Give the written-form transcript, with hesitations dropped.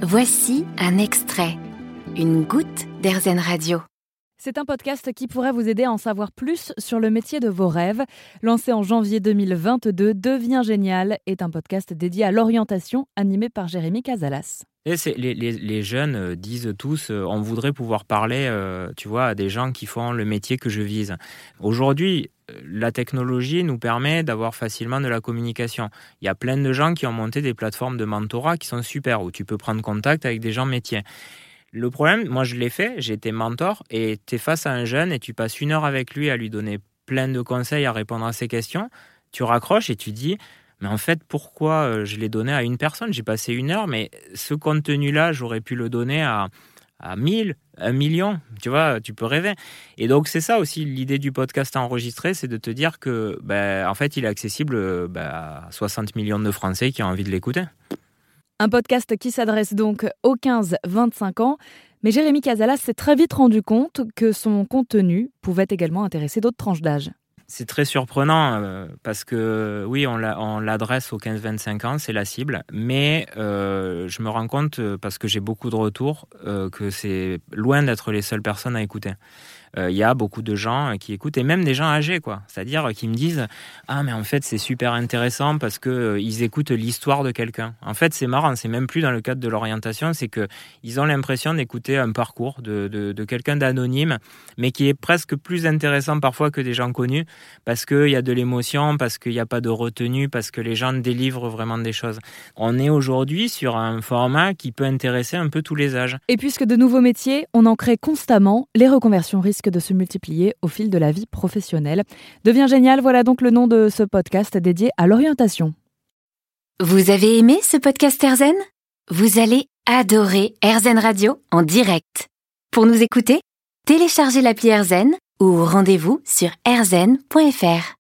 Voici un extrait, une goutte d'AirZen Radio. C'est un podcast qui pourrait vous aider à en savoir plus sur le métier de vos rêves. Lancé en janvier 2022, Deviens génial est un podcast dédié à l'orientation animé par Jérémy Casalas. Et les jeunes disent tous on voudrait pouvoir parler à des gens qui font le métier que je vise. Aujourd'hui, la technologie nous permet d'avoir facilement de la communication. Il y a plein de gens qui ont monté des plateformes de mentorat qui sont super, où tu peux prendre contact avec des gens métiers. Le problème, moi je l'ai fait, j'ai été mentor et tu es face à un jeune et tu passes 1 heure avec lui à lui donner plein de conseils, à répondre à ses questions. Tu raccroches et tu dis, mais en fait, pourquoi je l'ai donné à une personne ? J'ai passé 1 heure, mais ce contenu-là, j'aurais pu le donner à 1000, 1 million, tu vois, tu peux rêver. Et donc c'est ça aussi l'idée du podcast enregistré, c'est de te dire que, en fait, il est accessible à 60 millions de Français qui ont envie de l'écouter. Un podcast qui s'adresse donc aux 15-25 ans. Mais Jérémy Casalas s'est très vite rendu compte que son contenu pouvait également intéresser d'autres tranches d'âge. C'est très surprenant parce que oui, on l'adresse aux 15-25 ans, c'est la cible, mais je me rends compte, parce que j'ai beaucoup de retours, que c'est loin d'être les seules personnes à écouter. Il y a beaucoup de gens qui écoutent, et même des gens âgés, quoi. C'est-à-dire qui me disent « Ah, mais en fait, c'est super intéressant parce qu'ils écoutent l'histoire de quelqu'un. » En fait, c'est marrant, c'est même plus dans le cadre de l'orientation, c'est qu'ils ont l'impression d'écouter un parcours de quelqu'un d'anonyme, mais qui est presque plus intéressant parfois que des gens connus, parce qu'il y a de l'émotion, parce qu'il n'y a pas de retenue, parce que les gens délivrent vraiment des choses. On est aujourd'hui sur un format qui peut intéresser un peu tous les âges. Et puisque de nouveaux métiers, on en crée constamment, les reconversions risquent de se multiplier au fil de la vie professionnelle. Deviens génial, voilà donc le nom de ce podcast dédié à l'orientation. Vous avez aimé ce podcast AirZen ? Vous allez adorer AirZen Radio en direct. Pour nous écouter, téléchargez l'appli AirZen ou rendez-vous sur airzen.fr.